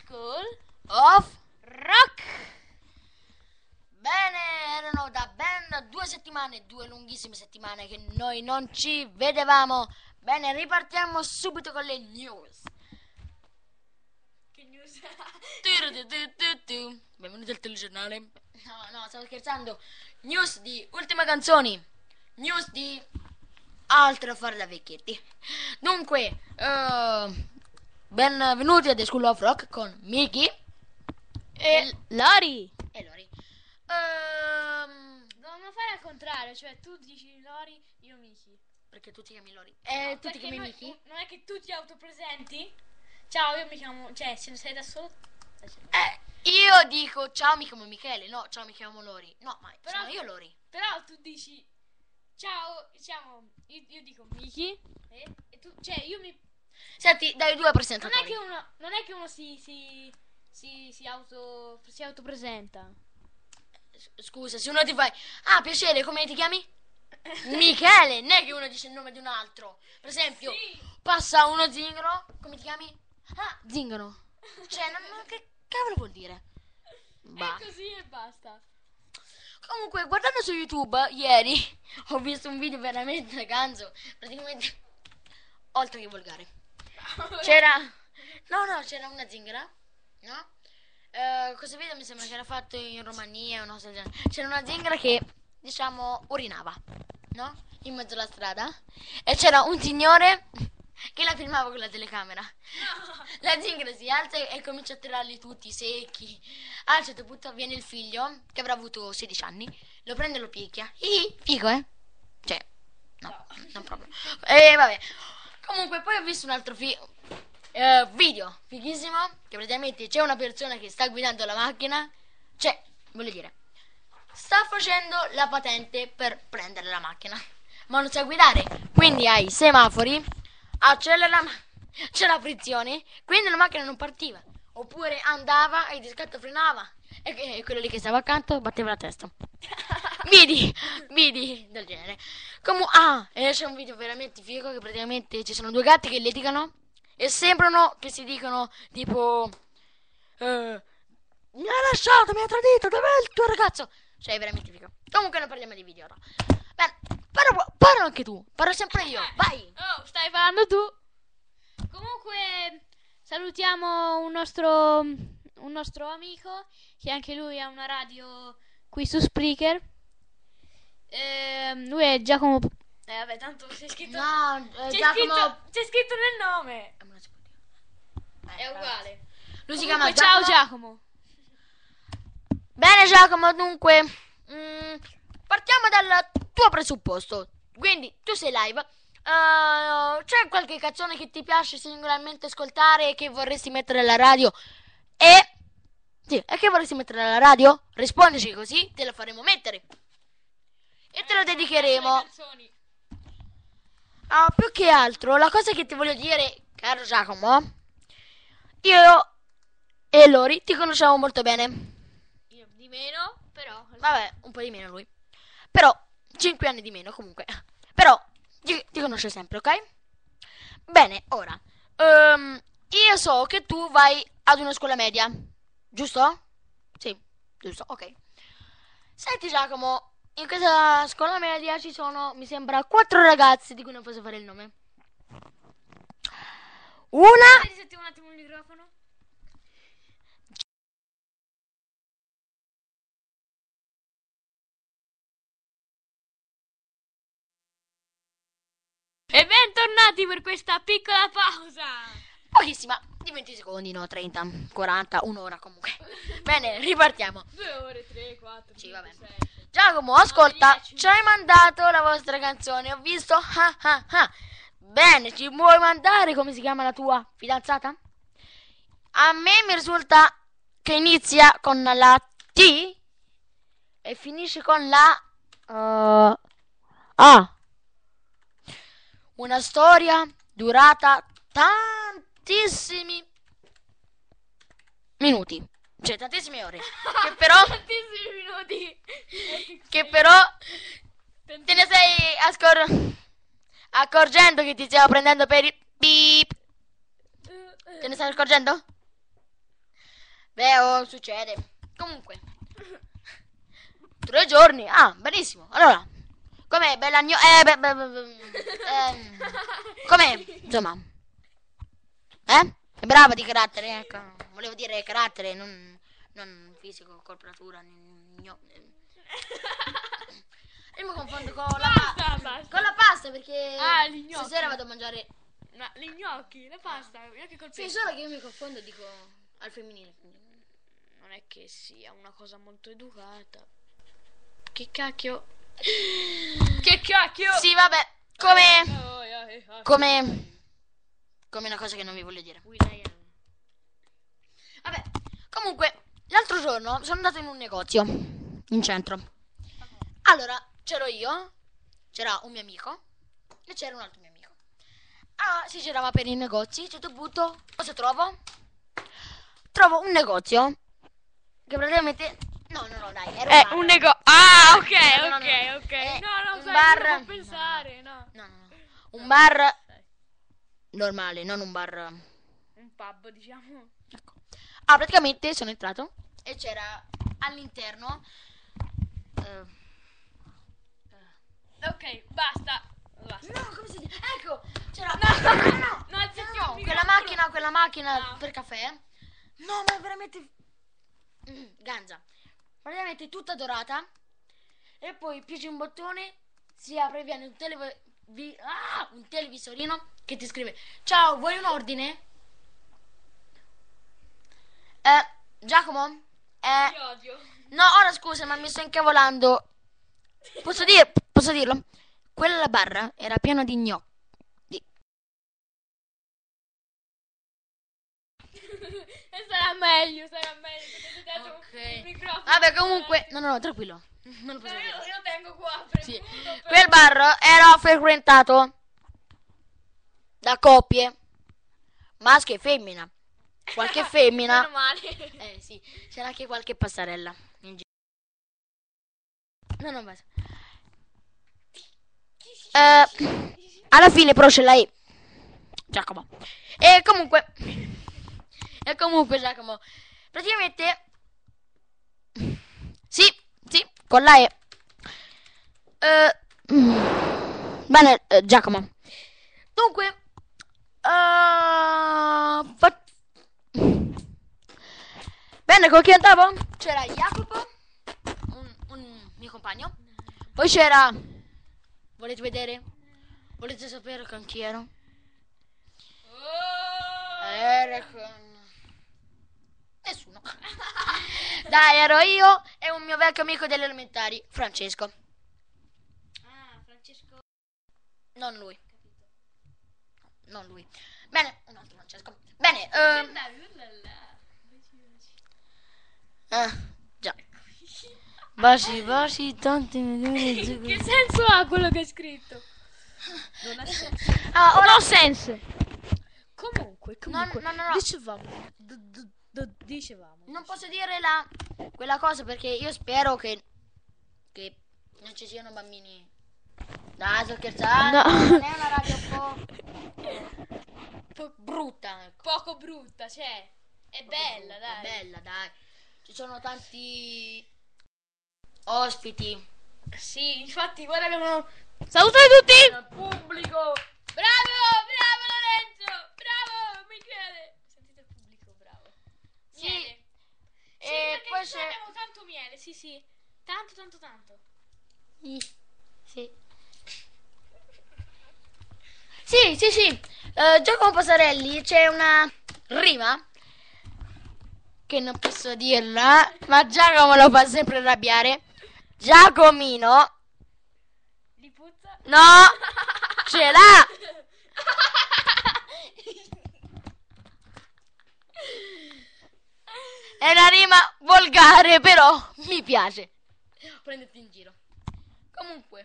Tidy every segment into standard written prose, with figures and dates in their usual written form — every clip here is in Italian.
School of Rock. Bene, erano da ben 2 settimane, 2 lunghissime settimane che noi non ci vedevamo. Bene, ripartiamo subito con le news. Che news? Benvenuti al telegiornale. No, stavo scherzando. News di ultime canzoni. News di altro fare da vecchietti. Dunque, benvenuti a The School of Rock con Miki E Lori. e Lori. Dovevamo fare al contrario, cioè tu dici Lori, io Miki. Perché tu ti chiami Lori? No, Tu ti perché chiami Miki? non è che tu ti autopresenti? Ciao, io mi chiamo, cioè se sei da solo. Io dico ciao, mi chiamo Michele. No, ciao, mi chiamo Lori. No, ma Però- sono io Lori. Però tu dici ciao, io dico Miki e tu, cioè io mi. Senti, dai, due Non presentatori. è che uno si autopresenta. Scusa, se uno ti fai piacere, come ti chiami? Michele, non è che uno dice il nome di un altro. Per esempio, Sì. passa uno zingaro, come ti chiami? Zingaro. Cioè, che cavolo vuol dire? Bah. È così e basta. Comunque, guardando su YouTube ieri ho visto un video veramente ganzo, praticamente oltre che volgare. C'era c'era una zingara, no? Questo video mi sembra che era fatto in Romania o una cosa del genere. C'era una zingara che, diciamo, urinava, no? In mezzo alla strada. E c'era un signore che la filmava con la telecamera. La zingara si alza e comincia a tirarli tutti secchi. A un certo punto viene il figlio, che avrà avuto 16 anni, lo prende e lo picchia. Figo, eh? Cioè, no, non proprio. Vabbè. Comunque, poi ho visto un altro video fighissimo, che praticamente c'è una persona che sta guidando la macchina, cioè, voglio dire, sta facendo la patente per prendere la macchina, ma non sa guidare, quindi ai semafori accelera, c'è la frizione, quindi la macchina non partiva, oppure andava e di scatto frenava e quello lì che stava accanto batteva la testa. Vidi del genere. E c'è un video veramente figo che praticamente ci sono due gatti che litigano e sembrano che si dicono tipo mi ha lasciato, mi ha tradito, dov'è il tuo ragazzo? Cioè è veramente figo. Comunque non parliamo di video ora. Bene, parla anche tu, parlo sempre io, vai. Oh, stai parlando tu. Comunque salutiamo un nostro amico che anche lui ha una radio qui su Spreaker. Lui è Giacomo. Vabbè, tanto c'è scritto. No, c'è Giacomo. c'è scritto nel nome. Non si può dire. È uguale. Lui si Comunque, chiama ciao Giacomo. Giacomo. Bene Giacomo, dunque partiamo dal tuo presupposto. Quindi tu sei live. C'è qualche canzone che ti piace singolarmente ascoltare e che vorresti mettere alla radio? E che vorresti mettere alla radio? Rispondici così te la faremo mettere. E te lo dedicheremo. Più che altro, la cosa che ti voglio dire, caro Giacomo, io e Lori ti conosciamo molto bene. Io di meno, però. Vabbè, un po' di meno lui. Però, 5 anni di meno comunque. Però, ti conosce sempre, ok? Bene, ora. Io so che tu vai ad una scuola media, giusto? Sì, giusto, ok. Senti Giacomo, in questa scuola media ci sono, mi sembra, 4 ragazzi di cui non posso fare il nome. Una... Vedi, senti un attimo il microfono. E bentornati per questa piccola pausa. Pochissima, di 20 secondi, no, 30, 40, un'ora comunque. Bene, ripartiamo. 2 ore, 3, 4, Sì, 5, vabbè. 6. Giacomo, ascolta, 10. ci hai mandato la vostra canzone, ho visto. Bene, ci vuoi mandare come si chiama la tua fidanzata? A me mi risulta che inizia con la T e finisce con la A. Una storia durata tantissimi minuti, cioè tantissime ore, che però Tantissimi minuti. te ne stai accorgendo che ti stiamo prendendo per il beep. Te ne stai accorgendo? Beh, succede. Comunque, 3 giorni. Ah, benissimo. Allora, com'è, bella com'è, insomma? È brava di carattere, ecco. Volevo dire carattere, non fisico, corporatura. Io mi confondo con con la pasta perché gli gnocchi. stasera vado a mangiare. Ma gli gnocchi, la pasta, gnocchi col Sì, pesce. solo che io mi confondo, dico al femminile. Non è che sia una cosa molto educata. Che cacchio? Che cacchio? Sì, vabbè, come una cosa che non vi voglio dire. Vabbè, comunque, l'altro giorno sono andato in un negozio in centro. Allora, c'ero io, c'era un mio amico e c'era un altro mio amico. Ah, si girava per i negozi, a un certo punto, cosa trovo? Trovo un negozio che praticamente... No, dai, era un negozio. Ah, ok. No, No, un sai, bar... non può pensare, no. No. Un bar normale, non un bar... Un pub, diciamo. Ecco. Ah, praticamente sono entrato e c'era all'interno... Ok, basta. No, come si dice? Ecco, c'era... No, quella macchina No. per caffè. No, ma è veramente... ganza. Praticamente tutta dorata. E poi piegi un bottone, si apre e viene un televisorino che ti scrive: ciao, vuoi un ordine? Giacomo? Ti odio. No, ora scusa, ma mi sto incavolando. Posso dirlo? Quella barra era piena di gnocchi. E sarà meglio, perché dato Ok. il microfono. Vabbè, comunque... No, tranquillo. Non lo posso dire. Io tengo qua. Sì. Quel bar era frequentato da coppie, maschio e femmina. Qualche femmina. Meno male. Sì, c'era anche qualche passarella in giro. No, basta. Alla fine però ce l'hai, Giacomo. E comunque Giacomo, praticamente sì, con la E. Bene, Giacomo. Dunque, bene, con chi andavo? C'era Jacopo, un mio compagno. Poi c'era... Volete vedere? Volete sapere con chi ero? Era con... nessuno. Dai, ero io e un mio vecchio amico delle elementari, Francesco. Ah, Francesco. Non lui. Non lui. Bene, un altro Francesco. Bene, già. Baci, tanti milioni. Che senso ha quello che hai scritto? Non ha senso. Ah, ora... Non ha senso. Comunque. No. Dicevamo. Non posso dire quella cosa perché io spero che non ci siano bambini. Dai, sto scherzando. No. Non è una radio un po' brutta, ecco. Poco brutta, cioè. È bella, dai. È bella, dai. Ci sono tanti ospiti. Sì, infatti, guarda che abbiamo... Salutate tutti! Il pubblico. Bravo Lorenzo! Bravo Michele! Sentite il pubblico, bravo. Sì. Miele. Sì, E perché poi noi c'è... abbiamo tanto miele, sì. Tanto. Sì. Sì. Giacomo Passarelli, c'è una rima che non posso dirla, ma Giacomo lo fa sempre arrabbiare. Giacomino. Li puzza? No, ce l'ha. È una rima volgare, però mi piace. Prendete in giro. Comunque,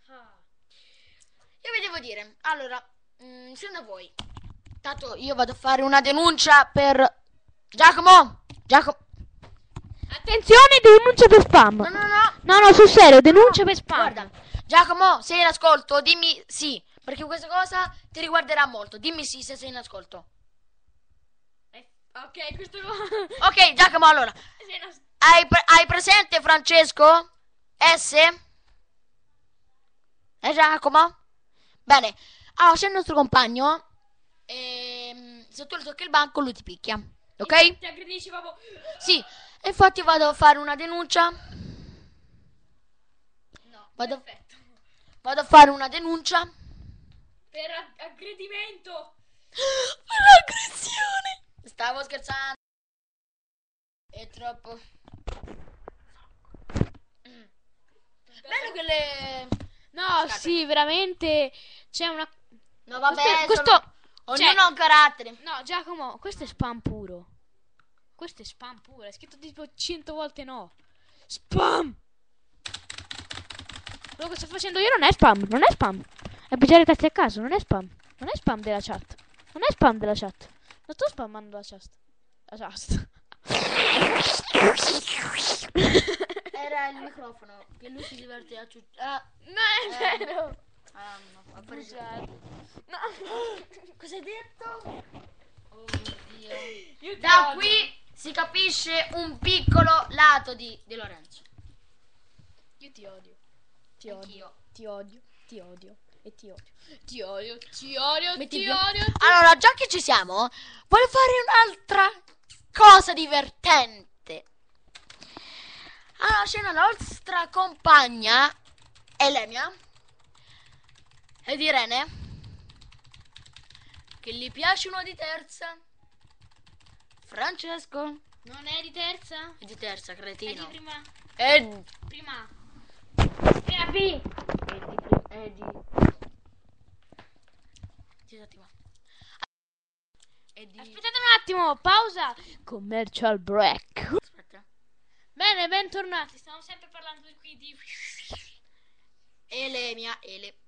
io vi devo dire, allora, secondo voi, tanto io vado a fare una denuncia per Giacomo. Attenzione, denuncia per spam. No, sul serio, denuncia per spam. guarda, Giacomo, sei in ascolto, dimmi sì, perché questa cosa ti riguarderà molto. Dimmi sì se sei in ascolto. Ok, questo lo... Ok, Giacomo, allora. Se no- Hai presente Francesco? S? Giacomo? Bene. Allora, c'è il nostro compagno. Se tu gli tocchi il banco, lui ti picchia. Ok? Ti aggredisci proprio... Sì. E infatti vado a fare una denuncia. No, Vado- perfetto. Vado a fare una denuncia. Per aggredimento. Per l'aggressione. Stavo scherzando. È troppo. Bello che le... No, Scusate. sì, veramente c'è una... No, vabbè, questo... ognuno cioè- ha un carattere. No, Giacomo, questo è spam puro. Questo è spam puro. È scritto tipo 100 volte no. Spam! Quello che sto facendo io non è spam. Non è spam. È pigiare testi a caso. Non è spam. Non è spam della chat. Non è spam della chat. Non sto spammando la chat. La chat. Era il microfono che lui si diverte a No, è vero. no, ha preso. Bugiardo. No. Cosa hai detto? Oh mio Dio. Io ti Da odio. qui si capisce un piccolo lato di Lorenzo. Io ti odio. Ti odio. Anch'io. Ti odio. Ti odio. E ti odio. Ti odio. Ti odio. Metti Ti via. odio. Allora, già che ci siamo, voglio fare un'altra cosa divertente. Allora, c'è la nostra compagna, Elemia, ed Irene, che gli piace uno di terza. Francesco Non è di terza? è di terza, È di cretino. prima. È Prima. Prima B. Aspettate un attimo, pausa. Commercial break. Aspetta. Bene, bentornati. Stiamo sempre parlando qui di... Ele.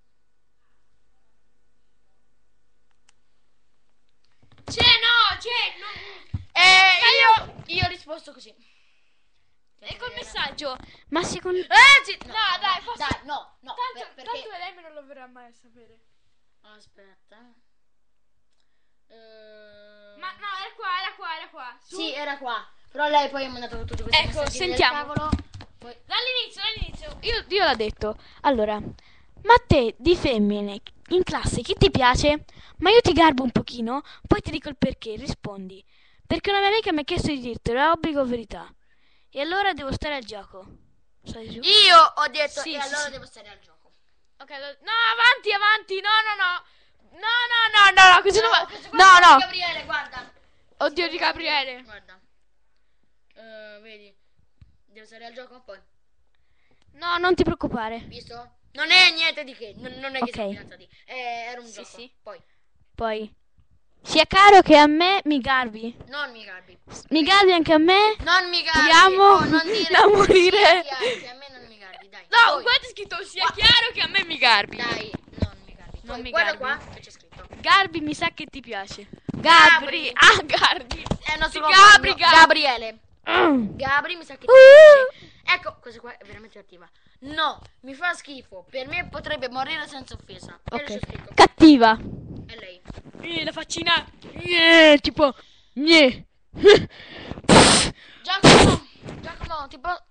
Io ho risposto così. Ecco il messaggio. Ma secondo... Sì, No, dai, forse... Dai, no, perché... Tanto lei non lo verrà mai a sapere. Aspetta. Ma no, era qua. Su. Sì, era qua. Però lei poi ha mandato tutti questi Ecco, messaggi del sentiamo. cavolo. Poi... Dall'inizio. Io l'ho detto. Allora, ma te di femmine in classe chi ti piace? Ma io ti garbo un pochino, poi ti dico il perché, rispondi. Perché una mia amica mi ha chiesto di dirtelo, è obbligo o verità? E allora devo stare al gioco. Stai giù? Io ho detto Sì, e sì, allora sì. devo stare al gioco. Ok, no, avanti, no, così non va. Questo qua No. è Gabriele, guarda. Oddio di Gabriele. Guarda. Vedi. Devo stare al gioco poi. No, non ti preoccupare. Visto? Non è niente di che. Non è che Ok. siamo fidanzati. Era un Sì, gioco. sì. Poi. Sia caro che a me mi garbi. Non mi garbi. Mi garbi anche a me? Non mi garbi. Ti amo Oh, non dire da morire. Sì, a me non mi garbi, dai. No, Poi. qua c'è scritto sia chiaro che a me mi garbi. Dai, non mi garbi. Non Poi, mi guarda garbi. qua che c'è scritto. Garbi mi sa che ti piace. Gabri. Garbi. È il nostro Gabri, compagno, Gabriele. Gabri mi sa che ti piace. Ecco, questa qua è veramente attiva. No, mi fa schifo. Per me potrebbe morire senza offesa. E c'è Ok. scritto. Cattiva. È lei. La faccina. Tipo. Giacomo, tipo...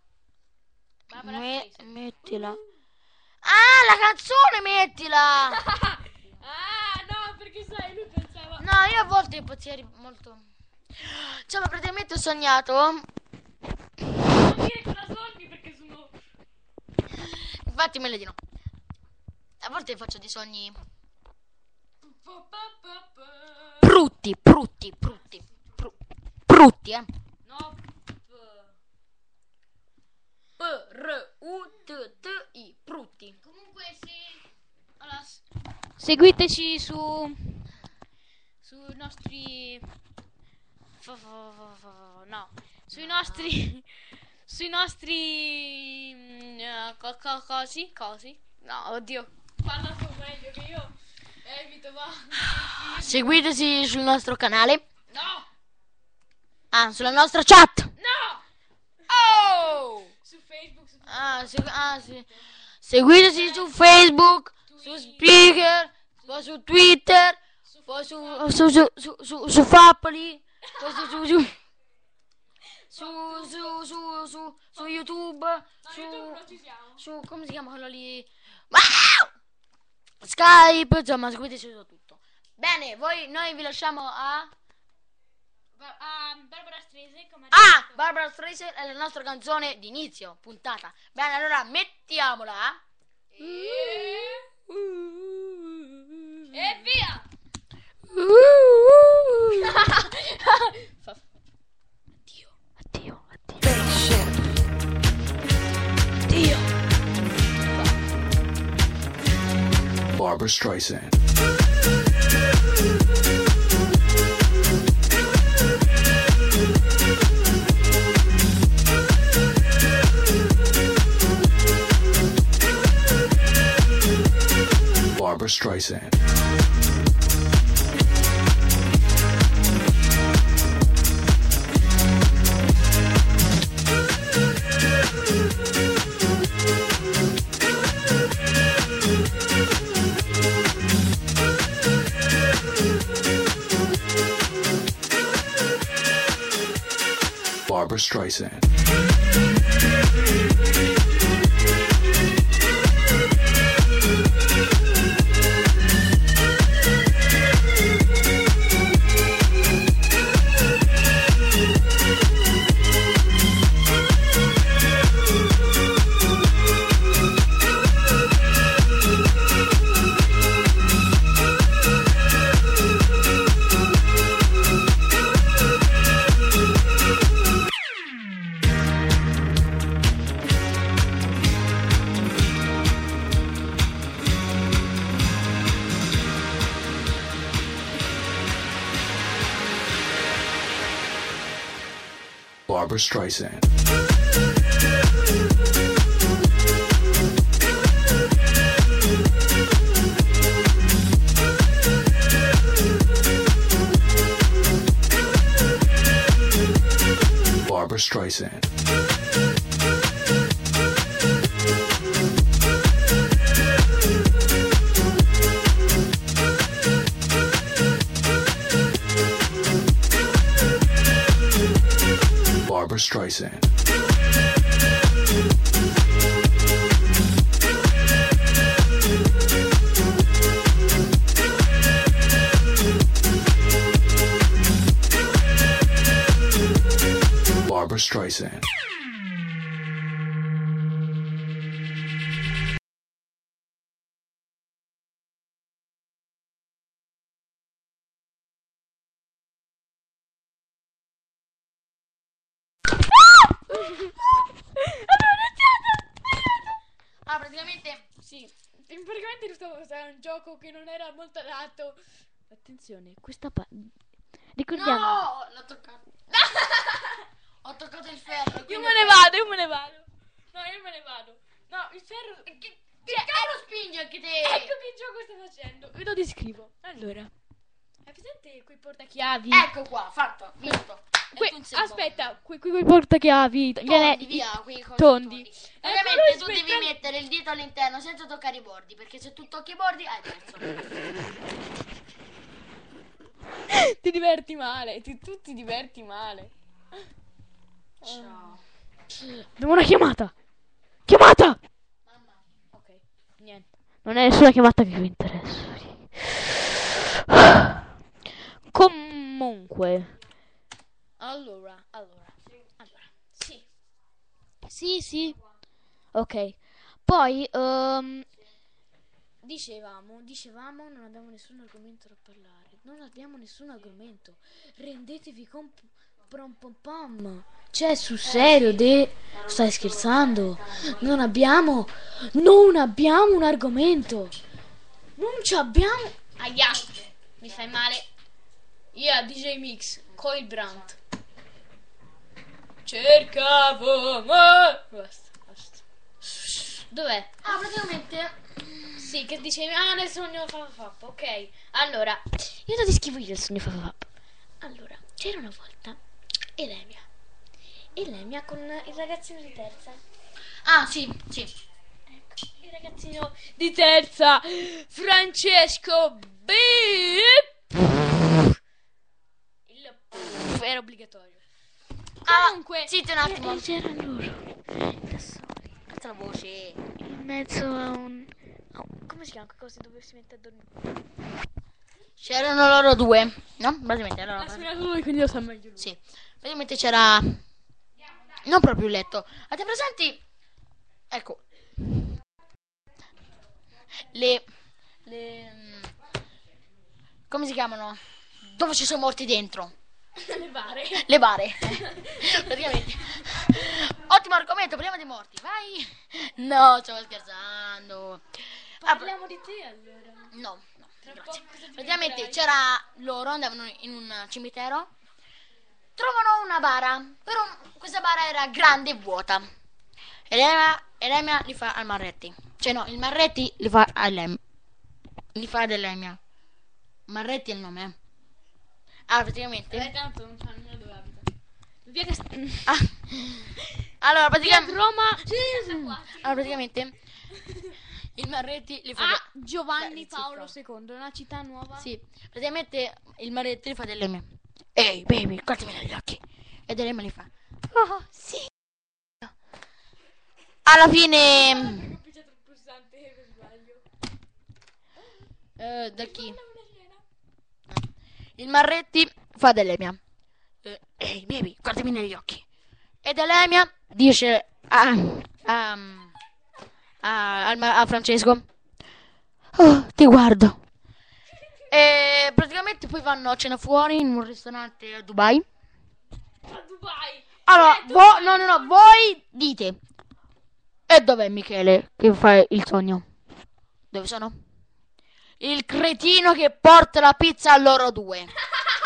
Mettila. Ah, la canzone mettila. Ah, no, perché sai, lui pensava. No, io a volte impazzieri molto... Cioè, ma praticamente ho sognato... Non dire cosa sogni perché sono. Infatti me le di no. A volte faccio dei sogni... Brutti, No. P-R-U-T-T-I, brutti. Comunque allora, seguiteci sui nostri no, sui nostri cosi. No, oddio. Parla tu meglio che io evito va. Seguiteci sul nostro canale. No! Ah, sulla nostra chat. No! Oh! Su Facebook, su Sì. Seguiteci su Facebook, su Spreaker, poi su Twitter, poi su Fappoli. su YouTube, YouTube non ci siamo. su come si chiama quello lì? Skype, insomma, seguiteci su tutto. Bene, noi vi lasciamo a Barbara Streisand come Barbara Streisand è la nostra canzone di inizio puntata. Bene, allora mettiamola. E via! Addio. Addio. Barbara Streisand. Barbara Streisand. Barbara Streisand. Barbara Streisand. Barbara Streisand. Barbara Streisand. Barbara Streisand. Praticamente Sì, praticamente stavo usando un gioco che non era molto adatto. Attenzione, ricordiamo. no, l'ho toccato. Ho toccato il ferro. Io me ne vado. No, io me ne vado. No, il ferro. Che cavolo spingi anche te? Ecco che gioco sto facendo. Ve lo descrivo. Allora, hai presente quei portachiavi? Ecco qua, fatto, visto. Aspetta, quei portachiavi. Tondi, via, quei cosi tondi. Ovviamente tu devi mettere il dito all'interno senza toccare i bordi, perché se tu tocchi i bordi hai perso. Ti diverti male, tu ti diverti male. Ciao. Abbiamo una chiamata. Chiamata! Mamma. Ok, niente. Non è nessuna chiamata che mi interessa. Comunque. Allora. Sì. Ok. Poi, dicevamo, non abbiamo nessun argomento da parlare. Non abbiamo nessun argomento. Rendetevi pom. Cioè, sul serio, stai scherzando? Non abbiamo un argomento. Non ci abbiamo. Aia, mi fai male. DJ Mix, Coil Brandt. Cercavo, ma basta. Dov'è? Praticamente Sì, che dicevi, nel sogno Fafafap, ok. Allora, io lo descrivo io il sogno Fafafap. Allora, c'era una volta Elemia con il ragazzino di terza. sì. Ecco, il ragazzino di terza, Francesco B. Il era obbligatorio. Ah, Comunque, zitti un attimo. c'erano loro da soli Alza la voce. in mezzo a un come si chiama quelle cose dove si mette a dormire? C'erano loro due, no? Praticamente allora, Lui, quindi lo sa meglio lui. sì. Praticamente c'era non proprio un letto. Avete presenti? Ecco. Le come si chiamano? Dove ci sono morti dentro? Le bare. Le bare. Praticamente. Ottimo argomento, parliamo dei morti. Vai. No, stavo scherzando. Parliamo di te allora. No, grazie. poco cosa ti Praticamente metterai? c'era loro, andavano in un cimitero, trovano una bara, però questa bara era grande e vuota. E l'Emia li fa al Marretti. Cioè no, il Marretti li fa li fa dell'Emia. Marretti è il nome. Praticamente. Tanto non sa nemmeno dove abita. Via Ah, allora, Via praticamente. Roma. Allora, praticamente. Il Marretti li fa. Giovanni Zitto. Paolo II, una città nuova. Sì, praticamente il Marretti li fa dell'Emia. Ehi, baby, guardami negli occhi. E dell'Emia li fa. Oh, sì. Alla fine. Ho picciato il pulsante per sbaglio. Da chi? Il Marretti fa dell'Emia. Ehi, baby, guardami negli occhi. E dell'Emia dice a Francesco. Oh, ti guardo. E praticamente poi vanno a cena fuori in un ristorante a Dubai. A Dubai. Allora, no, voi dite. E dov'è Michele che fa il sogno? Dove sono? Il cretino che porta la pizza a loro due. mi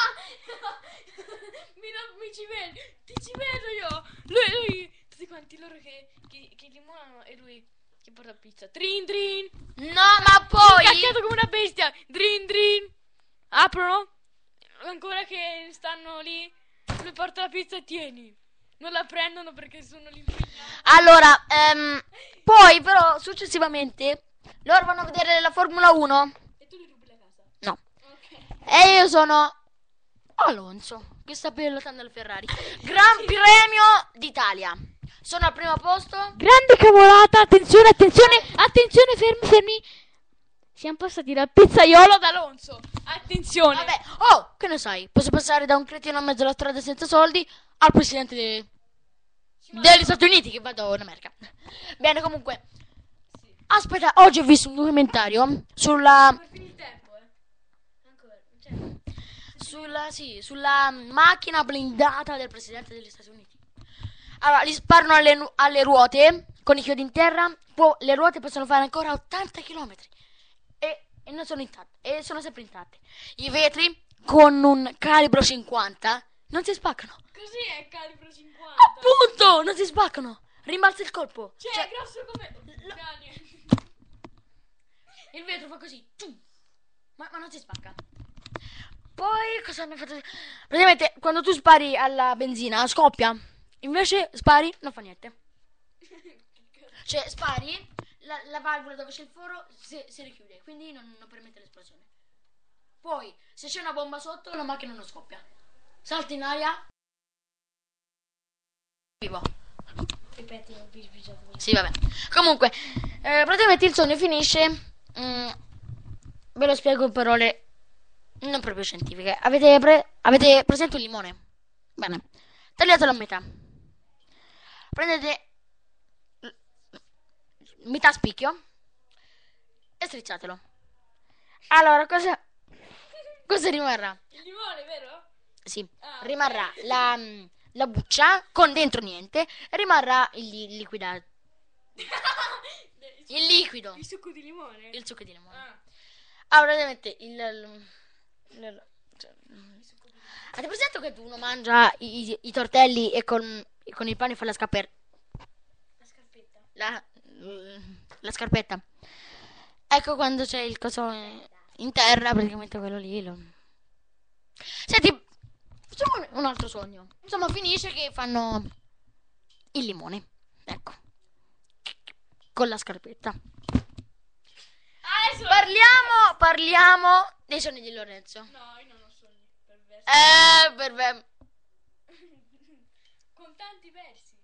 ci vedo, ti ci vedo io. Lui, tutti quanti loro che limonano e lui che porta pizza. Drin drin. No, ma poi Cacchiato come una bestia. Drin drin. Aprono. Ancora che stanno lì. Lui porta la pizza e tieni. Non la prendono perché sono lì impegnati. allora, poi però successivamente loro vanno a vedere la Formula 1. E tu li rubi la casa. No. Ok. E io sono Alonso, che sta pilotando il Ferrari. Gran Premio d'Italia. Sono al primo posto. Grande cavolata. Attenzione, fermi. Siamo passati dal pizzaiolo ad Alonso. Attenzione. Vabbè, che ne sai? Posso passare da un cretino a mezzo alla strada senza soldi al presidente degli Stati Uniti che vado in America. Bene, comunque. Aspetta, oggi ho visto un documentario sulla Per finire il tempo, Ancora. sulla macchina blindata del presidente degli Stati Uniti. Allora, gli sparano alle ruote con i chiodi in terra. Le ruote possono fare ancora 80 km e non sono intatte, e sono sempre intatte. I vetri con un calibro 50 non si spaccano. Così è calibro 50. Appunto, non si spaccano. Rimbalza il colpo. Cioè, è grosso come Daniel. Il vetro fa così. Ma non si spacca. Poi cosa hanno fatto? Praticamente quando tu spari alla benzina scoppia. Invece spari non fa niente. Cioè spari, la valvola dove c'è il foro si richiude, quindi non permette l'esplosione. Poi se c'è una bomba sotto la macchina non scoppia. Salta in aria. Vivo. Ripeti, ho bisbigiato. Sì, vabbè. Comunque, praticamente il sogno finisce. Ve lo spiego in parole non proprio scientifiche. Avete presente un limone? Bene. Tagliatelo a metà. Prendete metà spicchio e strizzatelo. Allora, cosa rimarrà? Il limone, vero? Sì, Ah, ok. rimarrà la buccia con dentro niente e rimarrà il liquidato. Il liquido. Il succo di limone? Il succo di limone. Ah. Praticamente avete presente che uno mangia i tortelli e con il pane fa la La scarpetta. la scarpetta. Ecco quando c'è il coso in terra, praticamente quello lì. Senti, facciamo un altro sogno. Insomma, finisce che fanno il limone. Ecco. Con la scarpetta. Adesso... Parliamo dei sogni di Lorenzo. No, io non ho sogni perversi. tanti versi.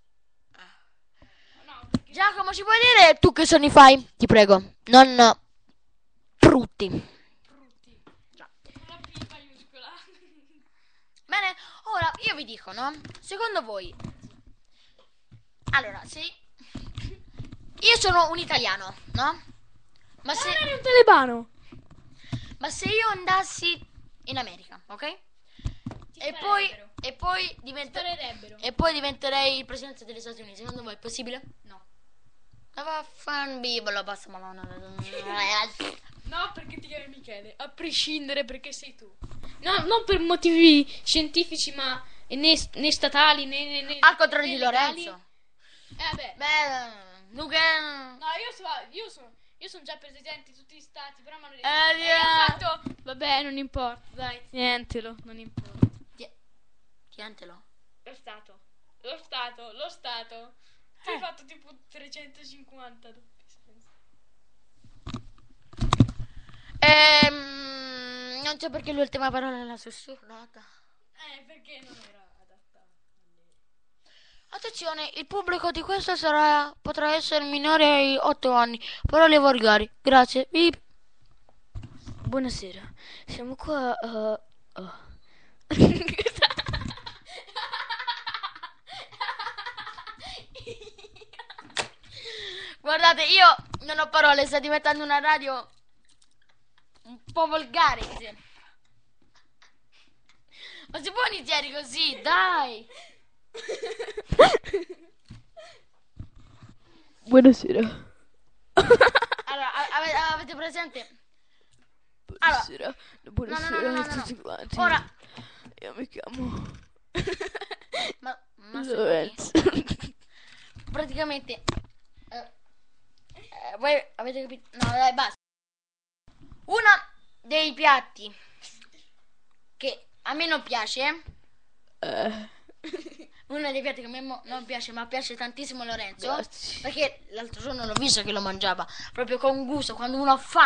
No, perché Giacomo, ci puoi dire tu che suoni fai? Ti prego, non brutti. brutti. Con la P maiuscola. Bene, ora io vi dico, no? Secondo voi, allora, se io sono un italiano, no? Ma se, Non eri un talebano. ma se io andassi in America, ok? E poi Sparerebbero. e poi diventerei il presidente degli Stati Uniti. Secondo voi è possibile? No. Ma vaffanbibolo, basta malone. No, perché ti chiami Michele, a prescindere perché sei tu. No, non per motivi scientifici, ma né statali né Al contrario né di legali. Lorenzo. Vabbè. Beh, dunque... No, io sono già presidente di tutti gli stati, però mi hanno detto. via. Ho fatto. Vabbè, non importa, dai, nientelo, non importa. Tientelo. Lo Stato. Tu hai fatto tipo 350 doppi sensi. Non so perché l'ultima parola l'ha sussurrata. Perché non era adatta alle... Attenzione, il pubblico di questa potrà essere minore ai 8 anni. Parole volgari. Grazie. Bip. Buonasera, siamo qua Guardate, io non ho parole, sta diventando una radio un po' volgare. Sì. Ma si può iniziare così, dai. Buonasera. Allora, avete presente? Buonasera. No, Buonasera no. a tutti quanti. Ora, Io mi chiamo ma Lorenzo. praticamente voi avete capito? No, dai, basta. Uno dei piatti che a me non piace, uno dei piatti che a me non piace, ma piace tantissimo a Lorenzo, Grazie. perché l'altro giorno l'ho visto che lo mangiava proprio con gusto, quando uno ha fame.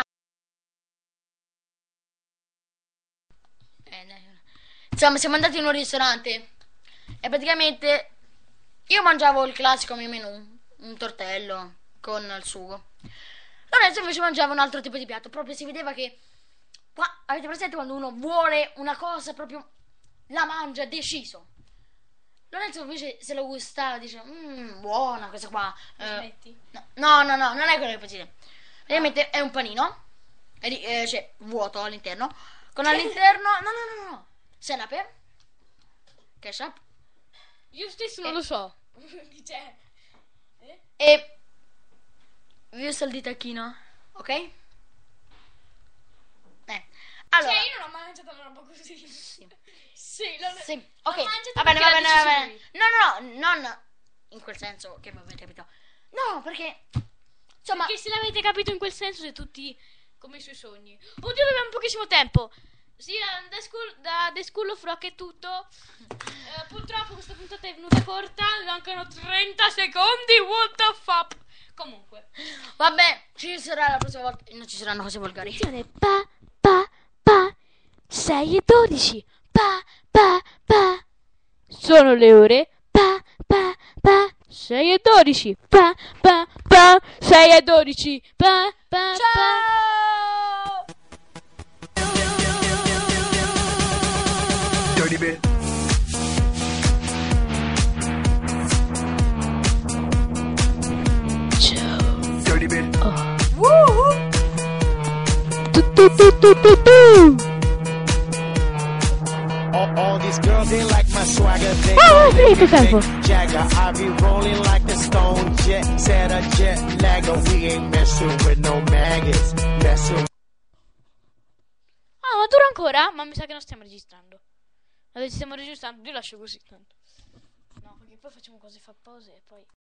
Insomma, siamo andati in un ristorante e praticamente io mangiavo il classico mio menù, un tortello con il sugo. Lorenzo invece mangiava un altro tipo di piatto, proprio si vedeva che avete presente quando uno vuole una cosa proprio la mangia deciso. Lorenzo invece se lo gustava, dice buona questa qua. Smetti? No, non è quello che puoi dire. Praticamente è un panino, cioè vuoto all'interno, con all'interno no, senape, ketchup Io stesso non lo so. Chi c'è? e visto il di tacchino, ok? Allora, Cioè, io non ho mai mangiato una roba così. Sì, sì, l'ho ok, mangiato va bene, perché l'ha deciso lui. no, non in quel senso che mi avete capito. No, perché insomma, Perché se l'avete capito in quel senso siete tutti come i suoi sogni. Oddio, abbiamo pochissimo tempo. Sì, da The School of Rock è tutto. Purtroppo questa puntata è venuta corta. Mancano 30 secondi. What the fuck? Comunque. vabbè, ci sarà la prossima volta, non ci saranno cose volgari. Attenzione. Pa. 6:12. Pa. Sono le ore. Pa. 6:12. Pa. 6:12. Pa. Ciao! Dirty bit. Ciao. Dirty bit. All these girls, they like my swagger. They finito tempo. Jagger. I be rolling like the Stone Jet. Set a jet lagger. We ain't messing with no maggots. Messing. Ah, ma dura ancora? Ma mi sa che non stiamo registrando. Adesso stiamo registrando, io lascio così tanto. No, perché poi facciamo cose, fa pause e poi...